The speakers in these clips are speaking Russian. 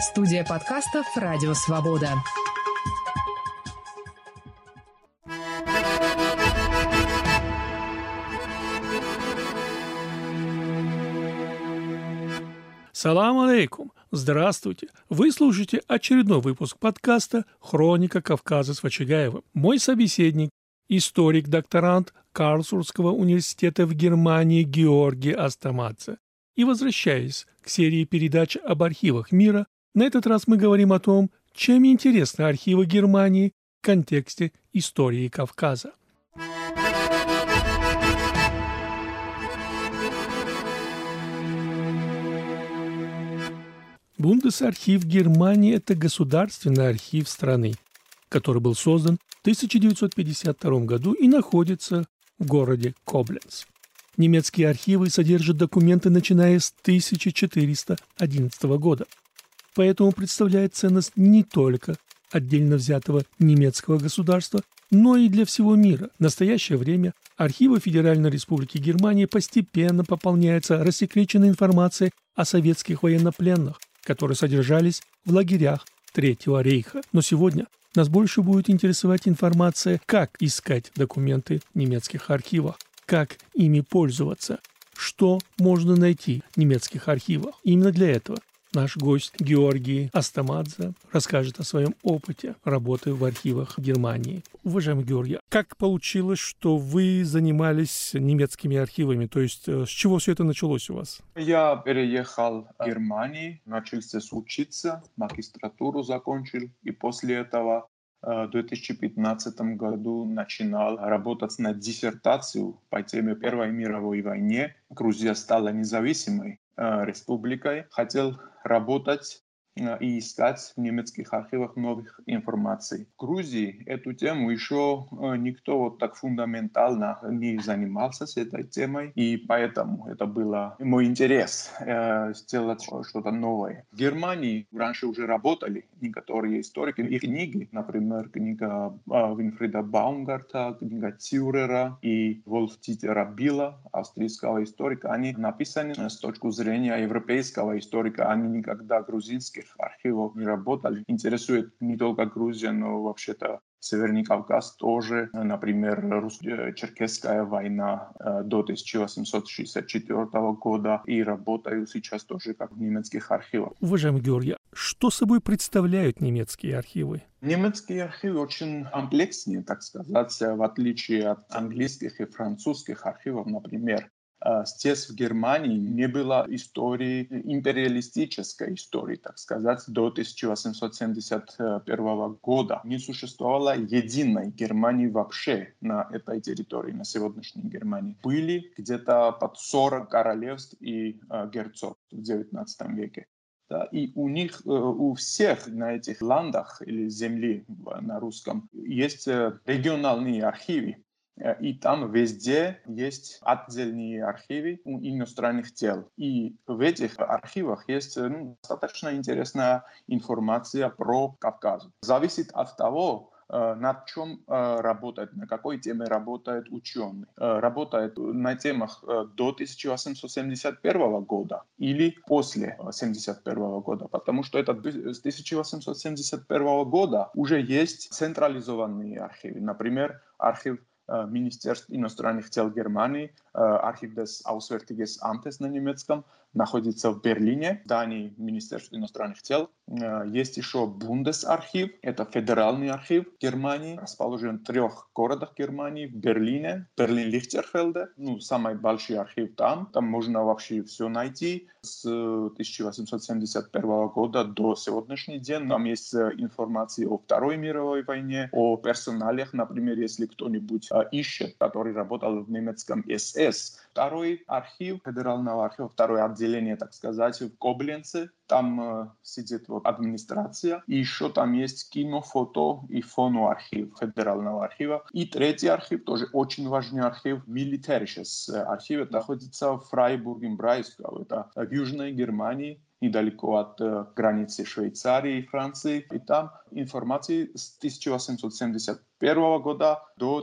Студия подкастов «Радио Свобода». Салам алейкум! Здравствуйте! Вы слушаете очередной выпуск подкаста «Хроника Кавказа» с Вачигаевым. Мой собеседник – историк-докторант Карлсрусского университета в Германии Георгий Астамадзе. И возвращаясь к серии передач об архивах мира, на этот раз мы говорим о том, чем интересны архивы Германии в контексте истории Кавказа. Бундесархив Германии – это государственный архив страны, который был создан в 1952 году и находится в городе Кобленц. Немецкие архивы содержат документы, начиная с 1411 года, поэтому представляет ценность не только отдельно взятого немецкого государства, но и для всего мира. В настоящее время архивы Федеральной Республики Германия постепенно пополняются рассекреченной информацией о советских военнопленных, которые содержались в лагерях Третьего рейха. Но сегодня нас больше будет интересовать информация, как искать документы в немецких архивах, как ими пользоваться, что можно найти в немецких архивах. Именно для этого наш гость Георгий Астамадзе расскажет о своем опыте работы в архивах Германии. Уважаемый Георгий, как получилось, что вы занимались немецкими архивами? То есть с чего все это началось у вас? Я переехал в Германию, начал здесь учиться, магистратуру закончил, и после этого в 2015 году начинал работать над диссертацией по теме Первой мировой войны. Грузия стала независимой республикой. Хотел работать и искать в немецких архивах новых информаций. В Грузии эту тему еще никто вот так фундаментально не занимался с этой темой, и поэтому это был мой интерес сделать что-то новое. В Германии раньше уже работали некоторые историки, их книги, например, книга Винфрида Баумгарта, книга Тюрера и Вольф-Дитера Билла, австрийского историка, они написаны с точки зрения европейского историка, они никогда грузинских архивов не работали. Интересует не только Грузия, но вообще-то Северный Кавказ тоже. Например, русско-черкесская война до 1864 года. И работаю сейчас тоже как в немецких архивах. Уважаемый Георгий, что собой представляют немецкие архивы? Немецкие архивы очень комплексные, так сказать, в отличие от английских и французских архивов, например. Здесь, в Германии, не было истории, империалистической истории, так сказать, до 1871 года. Не существовало единой Германии вообще на этой территории, на сегодняшней Германии. Были где-то под 40 королевств и герцогств в XIX веке. Да, и у них, у всех на этих ландах или земли на русском есть региональные архивы. И там везде есть отдельные архивы у иностранных дел. И в этих архивах есть достаточно интересная информация про Кавказ. Зависит от того, над чем работает, на какой теме работает ученый. Работает на темах до 1871 года или после 1871 года, потому что это с 1871 года уже есть централизованные архивы. Например, архив Министерств иностранных дел Германии, архив des Auswärtiges Amtes на немецком, находится в Берлине, в здании Министерства иностранных дел. Есть еще Бундесархив, это федеральный архив Германии, расположен в 3 городах Германии, в Берлине, Берлин-Лихтерфельде, самый большой архив там можно вообще все найти с 1871 года до сегодняшнего дня. Там есть информация о Второй мировой войне, о персоналиях, например, если кто-нибудь ищет, который работал в немецком СС. Второй архив, федерального архива, второе отделение, так сказать, в Кобленце. Там сидит администрация. И еще там есть кино, фото и фоноархив федерального архива. И третий архив, тоже очень важный архив, Militärisches архив, находится в Фрайбурге-Брайскау. Это в Южной Германии, недалеко от границы Швейцарии и Франции. И там информация с 1871 года до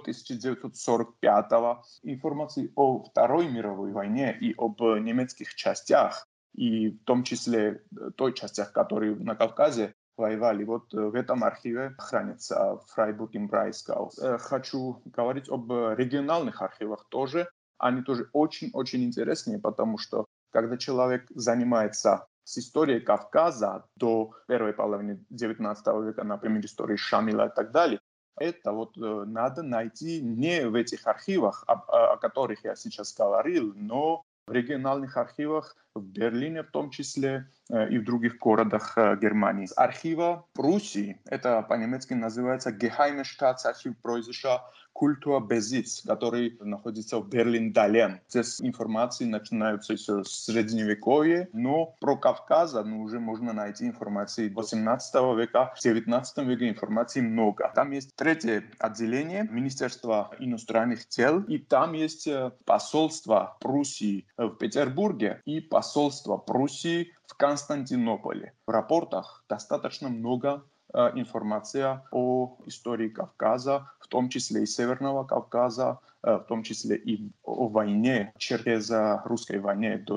1945. Информация о Второй мировой войне и об немецких частях и в том числе той частях, которые на Кавказе воевали. Вот в этом архиве хранится в Фрайбург-им-Брайгау. Хочу говорить об региональных архивах тоже. Они тоже очень-очень интересные, потому что когда человек занимается с историей Кавказа до первой половины XIX века, например, истории Шамиля и так далее, это вот надо найти не в этих архивах, о которых я сейчас говорил, но в региональных архивах в Берлине в том числе и в других городах Германии. С архива Пруссии, это по-немецки называется Geheime Staatsarchiv Preußischer Kulturbesitz, который находится в Берлин-Далем. Здесь информации начинаются еще с Средневековья, но про Кавказ уже можно найти информации 18 века, в 19 веке информации много. Там есть третье отделение Министерства иностранных дел, и там есть посольство Пруссии в Петербурге и посольство Пруссии в Константинополе. В рапортах достаточно много информация о истории Кавказа, в том числе и Северного Кавказа, в том числе и о войне, черкезо-русской войне до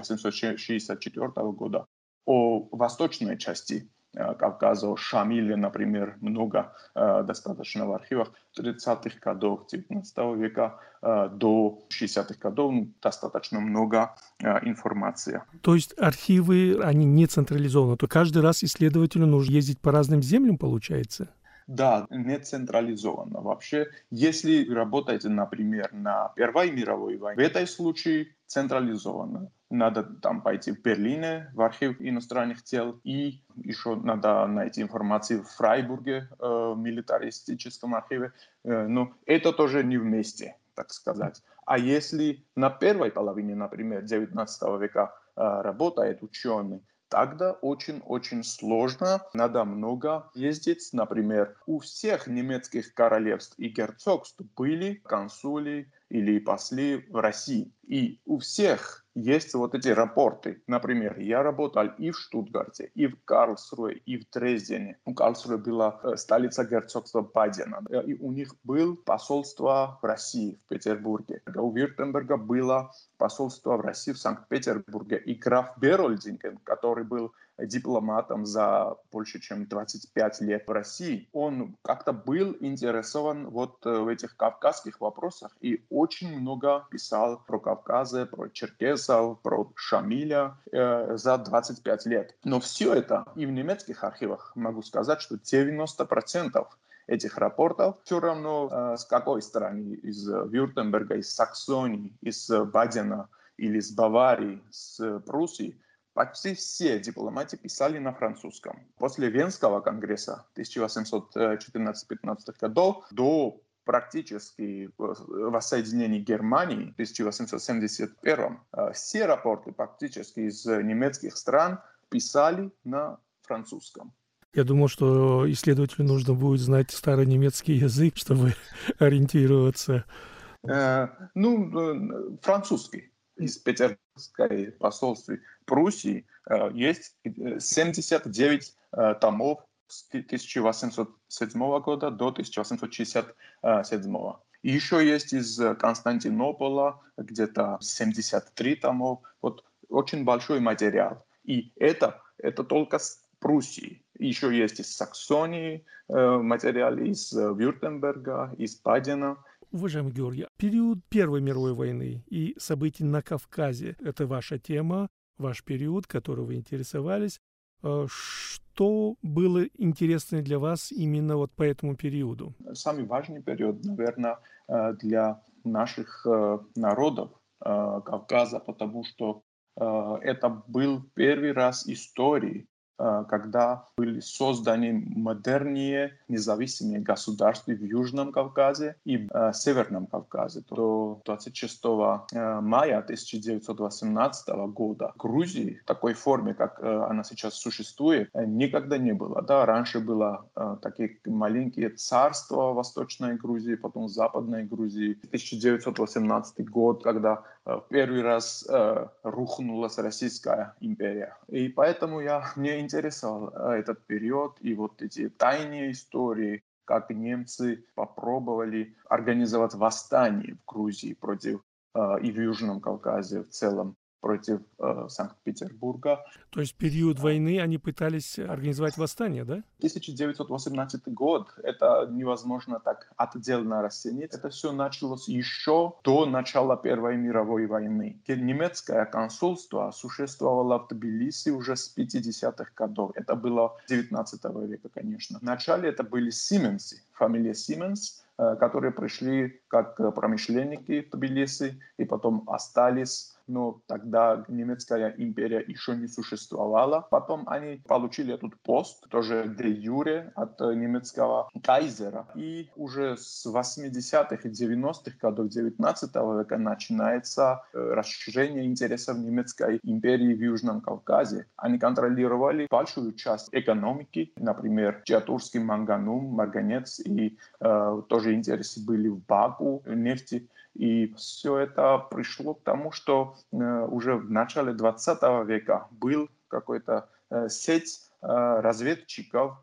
1864 года, о восточной части Кавказа, о Шамиле, например, много достаточно в архивах 30-х годов 19 века до 60-х годов достаточно много информации. То есть архивы, они не централизованы, то каждый раз исследователю нужно ездить по разным землям, получается? Да, не централизованно. Вообще, если вы работаете, например, на Первой мировой войне, в этом случае централизованно. Надо там пойти в Берлине, в архив иностранных дел, и еще надо найти информацию в Фрайбурге, милитаристическом архиве. Но это тоже не вместе, так сказать. А если на первой половине, например, 19 века работает ученый, тогда очень-очень сложно, надо много ездить. Например, у всех немецких королевств и герцогств были консули или послы в России. И у всех есть вот эти рапорты. Например, я работал и в Штутгарте, и в Карлсруhe, и в Дрездене. У Карлсруhe была столица герцогства Бадена. И у них было посольство в России, в Петербурге. У Вюртемберга было посольство в России, в Санкт-Петербурге. И граф Берольдинген, который был дипломатом за больше, чем 25 лет в России, он как-то был интересован вот в этих кавказских вопросах и очень много писал про Кавказы, про черкесов, про Шамиля за 25 лет. Но все это и в немецких архивах могу сказать, что 90% этих рапортов все равно с какой стороны, из Вюртемберга, из Саксонии, из Бадена или с Баварии, с Пруссии, почти все дипломаты писали на французском. После Венского конгресса 1814-15 годов до практически воссоединения Германии в 1871 все рапорты практически из немецких стран писали на французском. Я думал, что исследователю нужно будет знать старонемецкий язык, чтобы ориентироваться. Французский. Из Петербургской посольства Пруссии есть 79 томов с 1807 года до 1867. И еще есть из Константинополя где-то 73 томов. Вот очень большой материал. И это только с Пруссии. Еще есть из Саксонии материал, из Вюртемберга, из Бадена. Уважаемый Георгий, период Первой мировой войны и событий на Кавказе – это ваша тема, ваш период, которым вы интересовались. Что было интересно для вас именно вот по этому периоду? Самый важный период, наверное, для наших народов Кавказа, потому что это был первый раз в истории, когда были созданы модернее независимые государства в Южном Кавказе и Северном Кавказе. До 26 мая 1918 года Грузии в такой форме, как она сейчас существует, никогда не было. Да, раньше было такие маленькие царства Восточной Грузии, потом Западной Грузии. 1918 год, когда в первый раз рухнула Российская империя. И поэтому мне интересовал этот период и вот эти тайные истории, как немцы попробовали организовать восстание в Грузии против и в Южном Кавказе в целом против Санкт-Петербурга. То есть в период войны они пытались организовать восстание, да? 1918 год, это невозможно так отдельно расценить. Это все началось еще до начала Первой мировой войны. Немецкое консульство существовало в Тбилиси уже с 50-х годов. Это было 19 века, конечно. Вначале это были Сименсы, фамилия Сименс, которые пришли как промышленники в Тбилиси и потом остались, но тогда немецкая империя еще не существовала. Потом они получили этот пост, тоже де юре, от немецкого кайзера. И уже с 80-х и 90-х годов 19 века начинается расширение интересов немецкой империи в Южном Кавказе. Они контролировали большую часть экономики, например, Чатурский манганум, марганец, и тоже интересы были в Баку, нефти. И все это пришло к тому, что уже в начале 20 века был какой-то сеть разведчиков,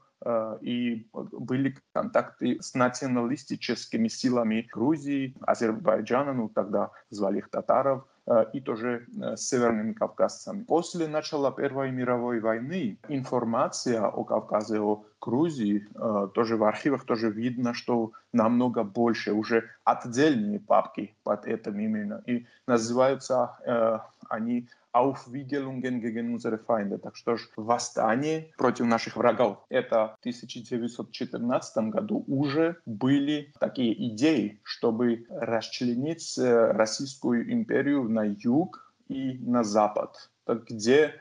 и были контакты с националистическими силами Грузии, Азербайджана, ну тогда звали их татаров, и тоже с северными кавказцами. После начала Первой мировой войны информация о Кавказе, о Грузии, тоже в архивах тоже видно, что намного больше, уже отдельные папки под этим именно. И называются они Aufwiegelungen gegen unsere Feinde. Так что ж, восстание против наших врагов. Это в 1914 году уже были такие идеи, чтобы расчленить Российскую империю на юг и на запад, где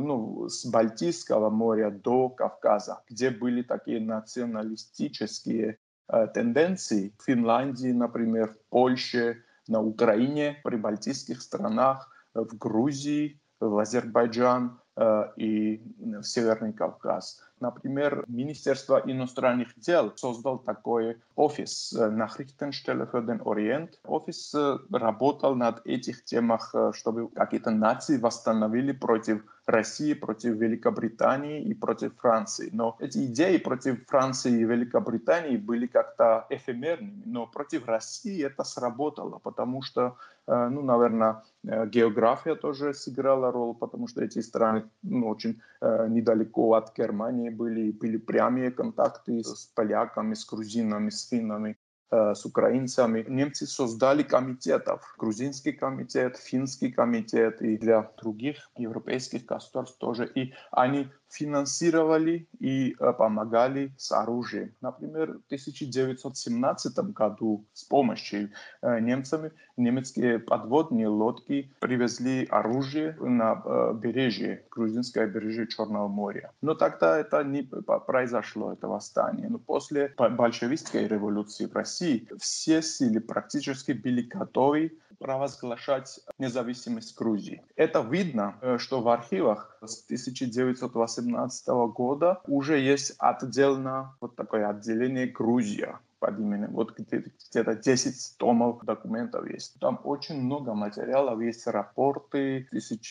с Балтийского моря до Кавказа, где были такие националистические тенденции в Финляндии, например, в Польше, на Украине, в прибалтийских странах, в Грузии, в Азербайджан и в Северный Кавказ. Например, Министерство иностранных дел создал такой офис Nachrichtenstelle für den Orient. Офис работал над этих темах, чтобы какие-то нации восстановили против России, против Великобритании и против Франции. Но эти идеи против Франции и Великобритании были как-то эфемерными. Но против России это сработало, потому что, наверное, география тоже сыграла роль, потому что эти страны очень недалеко от Германии были прямые контакты с поляками, с грузинами, с финнами, с украинцами. Немцы создали комитетов. Грузинский комитет, финский комитет и для других европейских государств тоже. И они финансировали и помогали с оружием. Например, в 1917 году с помощью немцами немецкие подводные лодки привезли оружие на побережье, грузинское побережье Черного моря. Но тогда это не произошло, это восстание. Но после большевистской революции в России все силы практически были готовы провозглашать независимость Грузии. Это видно, что в архивах с 1918 года уже есть отдельно такое отделение Грузия под именем. Где-то 10 томов документов есть. Там очень много материалов, есть рапорты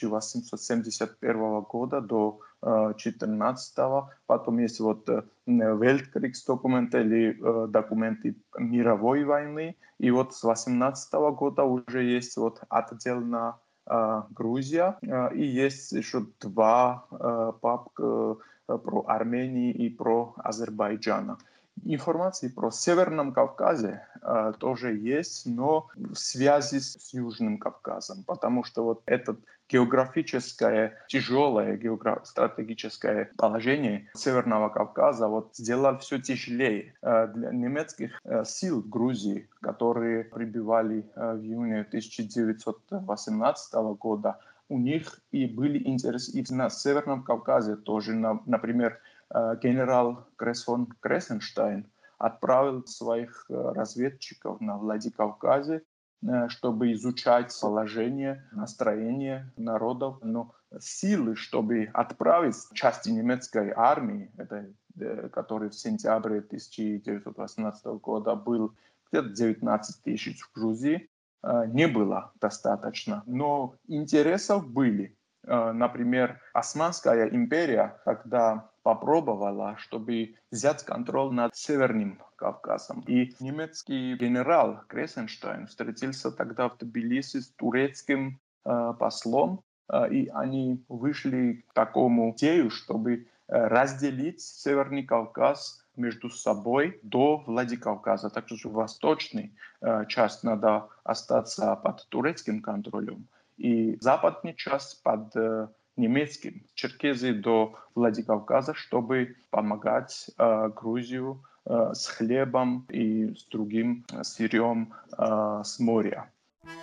1871 года до 14. Потом есть Weltkriegsдокументы или документы мировой войны. И с 18 года уже есть отдельно Грузия. И есть еще два папка про Армению и про Азербайджан. Информации про Северном Кавказе тоже есть, но в связи с Южным Кавказом, потому что это географическое, тяжелое стратегическое положение Северного Кавказа сделало все тяжелее для немецких сил в Грузии, которые прибывали в июне 1918 года. У них и были интересы и на Северном Кавказе тоже, например, генерал Крес фон Крессенштайн отправил своих разведчиков на Владикавказе, чтобы изучать положение, настроение народов. Но силы, чтобы отправить части немецкой армии, который в сентябре 1918 года был где-то 19 тысяч в Грузии, не было достаточно. Но интересов были. Например, Османская империя, когда попробовала, чтобы взять контроль над Северным Кавказом. И немецкий генерал Крессенштайн встретился тогда в Тбилиси с турецким послом и они вышли к такому идею, чтобы разделить Северный Кавказ между собой до Владикавказа. Так что восточная часть надо остаться под турецким контролем, и западная часть под немецким. Черкезии до Владикавказа, чтобы помогать Грузию с хлебом и с другим сырьем с моря.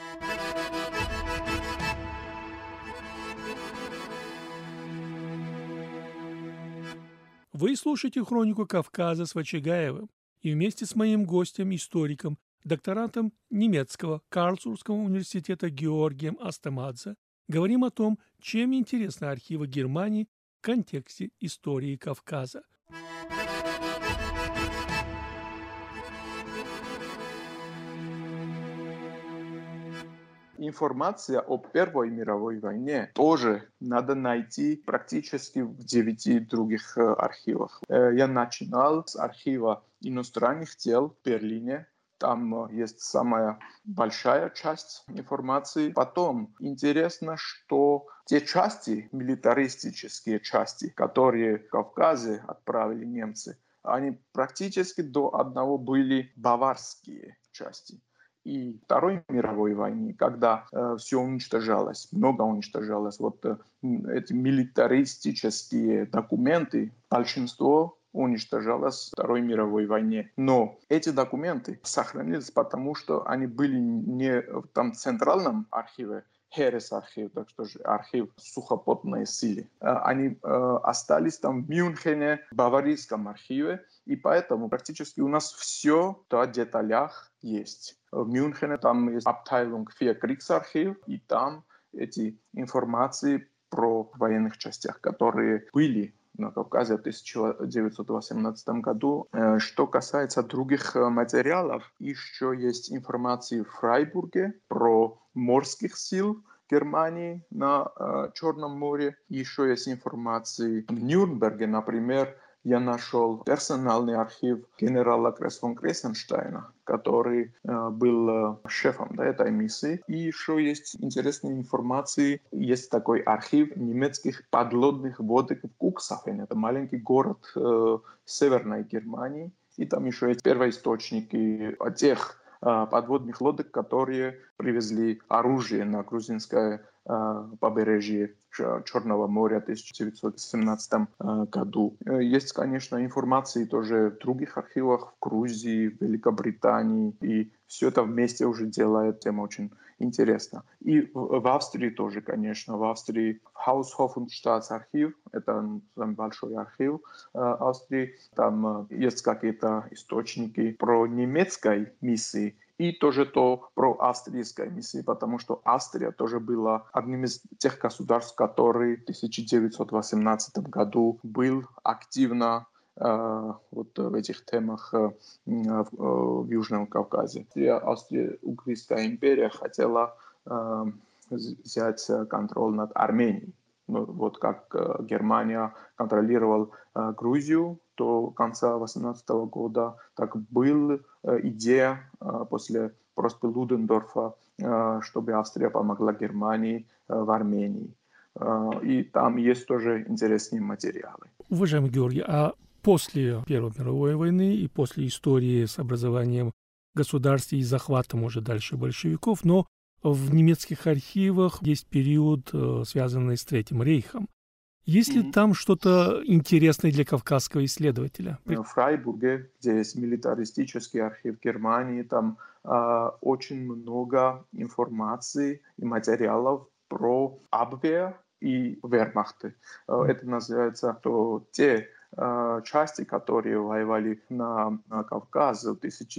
Вы слушаете «Хронику Кавказа» с Вачигаевым, и вместе с моим гостем, историком, докторантом немецкого Карлсрусского университета Георгием Астемадзе говорим о том, чем интересны архивы Германии в контексте истории Кавказа. Информация о Первой мировой войне тоже надо найти практически в 9 других архивах. Я начинал с архива иностранных дел в Берлине. Там есть самая большая часть информации. Потом интересно, что те части, милитаристические части, которые в Кавказе отправили немцы, они практически до одного были баварские части. И Второй мировой войне, когда все уничтожалось, много уничтожалось, эти милитаристические документы, большинство уничтожалось в Второй мировой войне. Но эти документы сохранились, потому что они были не в там центральном архиве, Херес-архив, так что же архив сухопутной силы. Они остались там в Мюнхене, в Баварийском архиве, и поэтому практически у нас все в деталях есть. В Мюнхене там есть Abteilung für Kriegsarchiv, и там эти информации про военных частях, которые были на Кавказе в 1918 году. Что касается других материалов, еще есть информация в Фрайбурге про морских сил Германии на Черном море. Еще есть информация в Нюрнберге, например, я нашел персональный архив генерала Кресс фон Крессенштейна, который был шефом этой миссии. И еще есть интересная информация. Есть такой архив немецких подводных лодок в Куксхафене. Это маленький город Северной Германии. И там еще есть первоисточники о тех подводных лодок, которые привезли оружие на грузинское побережье Черного моря в 1917 году. Есть, конечно, информация тоже в других архивах, в Грузии, в Великобритании, и все это вместе уже делает тему очень интересно. И в Австрии тоже, конечно, в Австрии Haushof-und-Staatsarchiv, это самый большой архив Австрии, там есть какие-то источники про немецкой миссии, и тоже то про австрийской миссии, потому что Австрия тоже была одним из тех государств, который в 1918 году был активно в этих темах в Южном Кавказе. Австро-Угрская империя хотела взять контроль над Арменией. Вот как Германия контролировала Грузию до конца 18 года, так была идея после просто Людендорфа, чтобы Австрия помогла Германии в Армении. И там есть тоже интересные материалы. Уважаемый Георгий, а после Первой мировой войны и после истории с образованием государств и захватом уже дальше большевиков, но в немецких архивах есть период, связанный с Третьим рейхом. Есть ли там что-то интересное для кавказского исследователя? В Фрайбурге, где есть милитаристический архив Германии, там очень много информации и материалов про Abwehr и Wehrmacht. Это называется те части, которые воевали на Кавказе в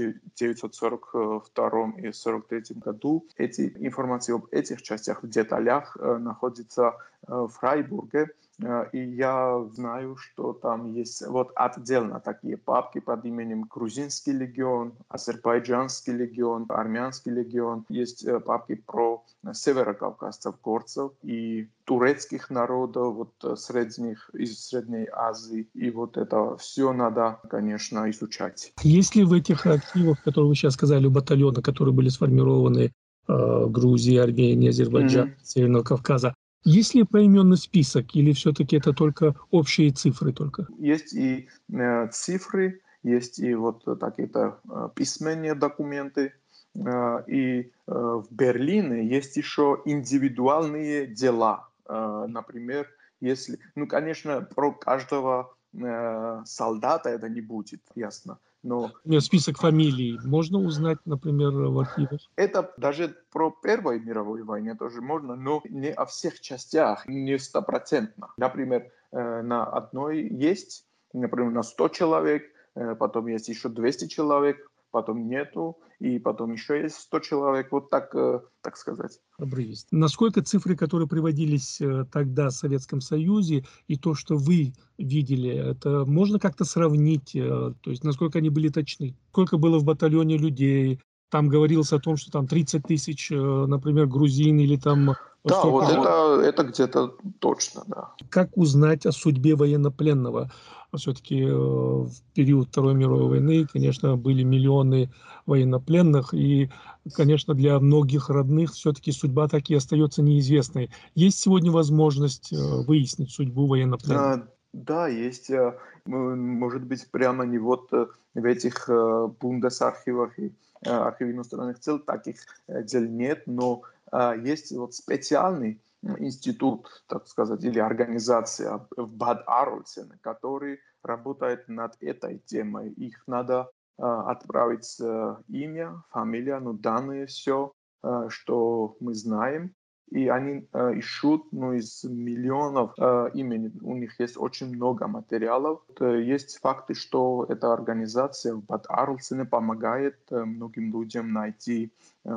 1942 и 1943 году. Информация об этих частях в деталях находится в Фрайбурге. И я знаю, что там есть отдельно такие папки под именем Грузинский легион, Азербайджанский легион, Армянский легион. Есть папки про северокавказцев, горцев и турецких народов из Средней Азии. И это все надо, конечно, изучать. Есть ли в этих архивах, которые вы сейчас сказали, батальоны, которые были сформированы в Грузии, Армении, Азербайджане, Северного Кавказа, Есть ли поименный список или все-таки это только общие цифры только? Есть и цифры, есть и вот какие-то письменные документы. В Берлине есть еще индивидуальные дела. Например, если, ну, конечно, про каждого солдата это не будет, ясно. Но Например, список фамилий можно узнать, например, в архивах? это даже про Первую мировую войну тоже можно, но не о всех частях, не стопроцентно. Например, на одной есть, например, на 100 человек, потом есть еще 200 человек, потом нету, и потом еще есть 100 человек. Вот так, так сказать. Обрывист. Насколько цифры, которые приводились тогда в Советском Союзе, и то, что вы видели, это можно как-то сравнить? То есть насколько они были точны? Сколько было в батальоне людей? Там говорилось о том, что там 30 тысяч, например, грузин или там Да, столько вот же. это где-то точно, да. Как узнать о судьбе военнопленного? Все-таки в период Второй мировой войны, конечно, были миллионы военнопленных, и, конечно, для многих родных все-таки судьба так и остается неизвестной. Есть сегодня возможность выяснить судьбу военнопленных? Да, есть, может быть, прямо не вот в этих бундесархивах и архиве иностранных дел таких дел нет, но есть вот специальный институт, так сказать, или организация в Бад Арлсене, который работает над этой темой. Их надо отправить имя, фамилия, ну, данные, все, что мы знаем, и они ищут, ну, из миллионов имен. У них есть очень много материалов. Есть факты, что эта организация в Бад Арлсене помогает многим людям найти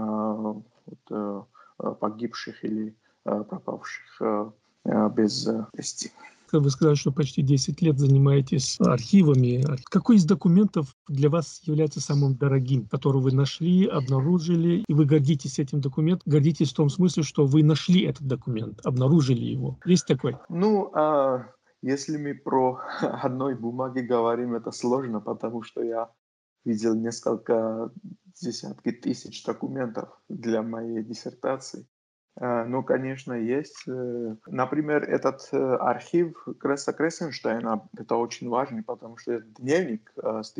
погибших или пропавших без вести. Вы сказали, что почти 10 лет занимаетесь архивами. Какой из документов для вас является самым дорогим, который вы нашли, обнаружили, и вы гордитесь этим документом? Гордитесь в том смысле, что вы нашли этот документ, обнаружили его. Есть такой? Ну, если мы про одной бумаге говорим, это сложно, потому что я видел несколько десятки тысяч документов для моей диссертации. Ну, конечно, есть. Например, этот архив Кресса Крессенштейна, это очень важный, потому что это дневник с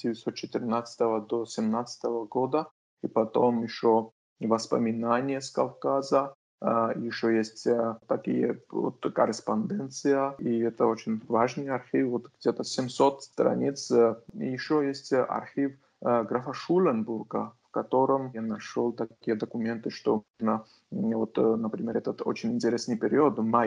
1914 до 1917 года, и потом еще воспоминания с Кавказа, еще есть такие вот корреспонденция, и это очень важный архив, вот где-то 700 страниц. И еще есть архив графа Шуленбурга, в котором я нашел такие документы, что можно, вот, например, этот очень интересный период, май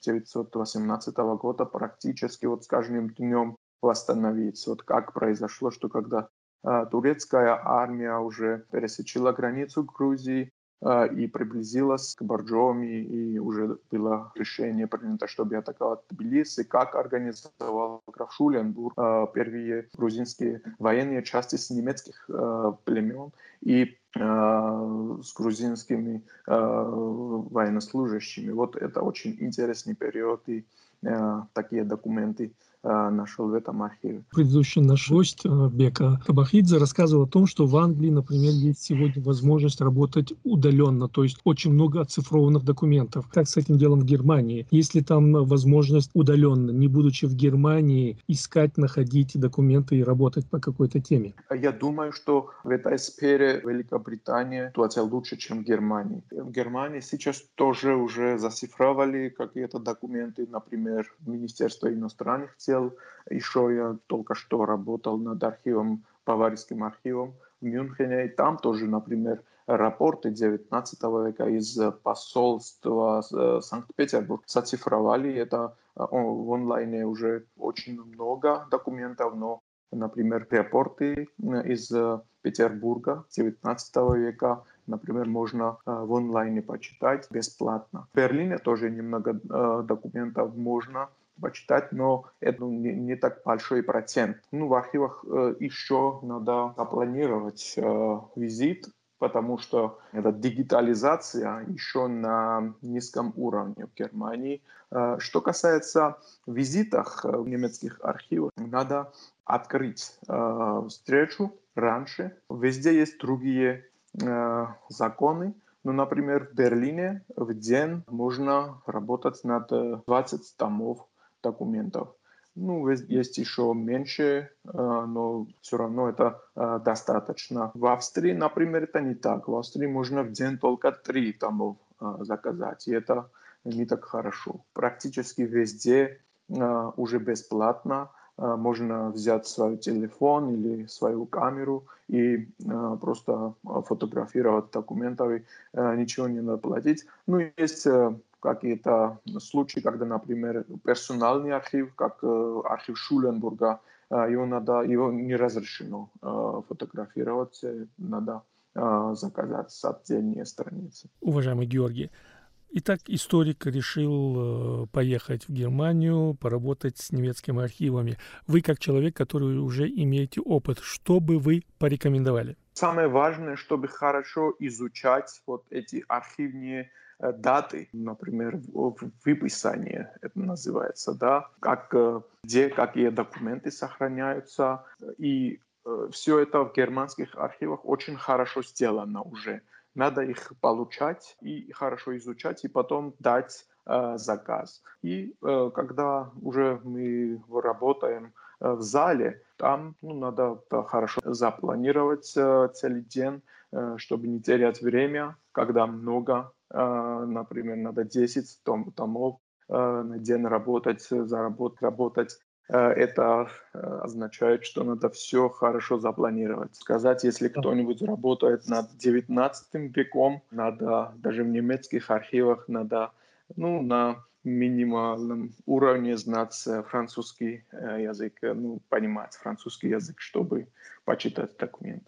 1918 года, практически вот с каждым днем восстановить. Вот как произошло, что когда турецкая армия уже пересечила границу Грузии, и приблизилась к Борджоми, и уже было решение принято, чтобы атаковать Тбилиси, как организовал граф Шуленбург первые грузинские военные части с немецких племен и с грузинскими военнослужащими. Вот это очень интересный период, и такие документы нашел в этом архиве. Предыдущий наш гость Бека Кабахидзе рассказывал о том, что в Англии, например, есть сегодня возможность работать удаленно, то есть очень много оцифрованных документов. Как с этим делом в Германии? Есть ли там возможность удаленно, не будучи в Германии, искать, находить документы и работать по какой-то теме? Я думаю, что в этой сфере Великобритания ситуация лучше, чем в Германии. В Германии сейчас тоже уже зашифровали какие-то документы, например, Министерство иностранных дел. Еще я только что работал над архивом, Баварским архивом в Мюнхене, и там тоже, например, рапорты XIX века из посольства Санкт-Петербург зацифровали. Это в онлайне уже очень много документов, но, например, рапорты из Петербурга XIX века, например, можно в онлайне почитать бесплатно. В Берлине тоже немного документов можно почитать, но это не так большой процент. Ну, в архивах еще надо запланировать визит, потому что эта дигитализация еще на низком уровне в Германии. Что касается визитов в немецких архивах, надо открыть встречу раньше. Везде есть другие законы, Но, например, в Берлине в день можно работать над 20 томов документов. Есть еще меньше, но все равно это достаточно. В Австрии, например, это не так. В Австрии можно в день только 3 томов заказать, и это не так хорошо. Практически везде уже бесплатно. Можно взять свой телефон или свою камеру и просто фотографировать документы, ничего не надо платить. Есть какие-то случаи, когда, например, персональный архив, как архив Шуленбурга, его не разрешено фотографировать, надо заказать с отдельной страницы. Уважаемый Георгий, итак, историк решил поехать в Германию, поработать с немецкими архивами. Вы, как человек, который уже имеете опыт, что бы вы порекомендовали? Самое важное, чтобы хорошо изучать вот эти архивные даты, например, выписание, это называется, да, где какие документы сохраняются, и все это в германских архивах очень хорошо сделано уже. Надо их получать и хорошо изучать, и потом дать заказ. И когда уже мы работаем в зале, там надо хорошо запланировать целый день, чтобы не терять время, когда много, например, надо 10 томов на день работать. Это означает, что надо все хорошо запланировать. Сказать, если кто-нибудь работает над 19 веком, надо даже в немецких архивах надо на минимальном уровне знать французский язык, понимать французский язык, чтобы почитать документы.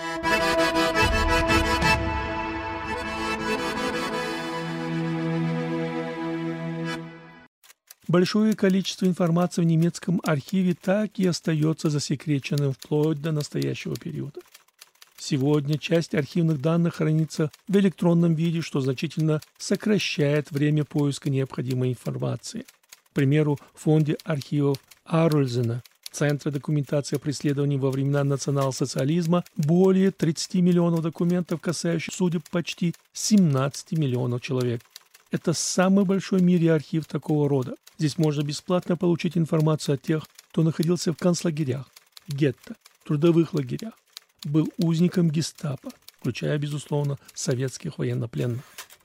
Большое количество информации в немецком архиве так и остается засекреченным вплоть до настоящего периода. Сегодня часть архивных данных хранится в электронном виде, что значительно сокращает время поиска необходимой информации. К примеру, в фонде архивов Арользена, Центра документации преследований во времена национал-социализма, более 30 миллионов документов, касающихся судеб почти 17 миллионов человек. Это самый большой в мире архив такого рода. Здесь можно бесплатно получить информацию о тех, кто находился в концлагерях, гетто, трудовых лагерях, был узником гестапо, включая, безусловно, советских военнопленных.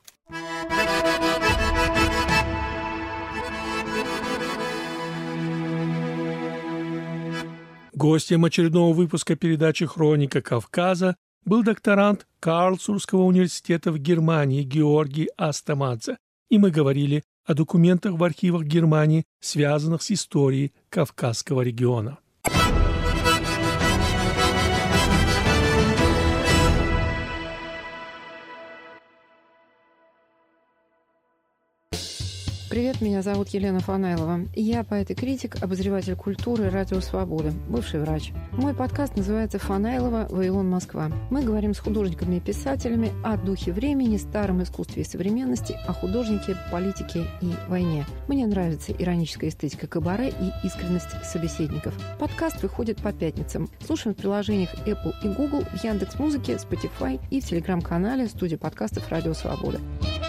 Гостем очередного выпуска передачи «Хроника Кавказа» был докторант Карлсрусского университета в Германии Георгий Астамадзе, и мы говорили о документах в архивах Германии, связанных с историей Кавказского региона. Привет, меня зовут Елена Фанайлова. Я поэт и критик, обозреватель культуры «Радио Свобода», бывший врач. Мой подкаст называется «Фанайлова. Вавилон. Москва». Мы говорим с художниками и писателями о духе времени, старом искусстве и современности, о художнике, политике и войне. Мне нравится ироническая эстетика кабаре и искренность собеседников. Подкаст выходит по пятницам. Слушаем в приложениях Apple и Google, в Яндекс.Музыке, Spotify и в телеграм-канале студии подкастов «Радио Свобода».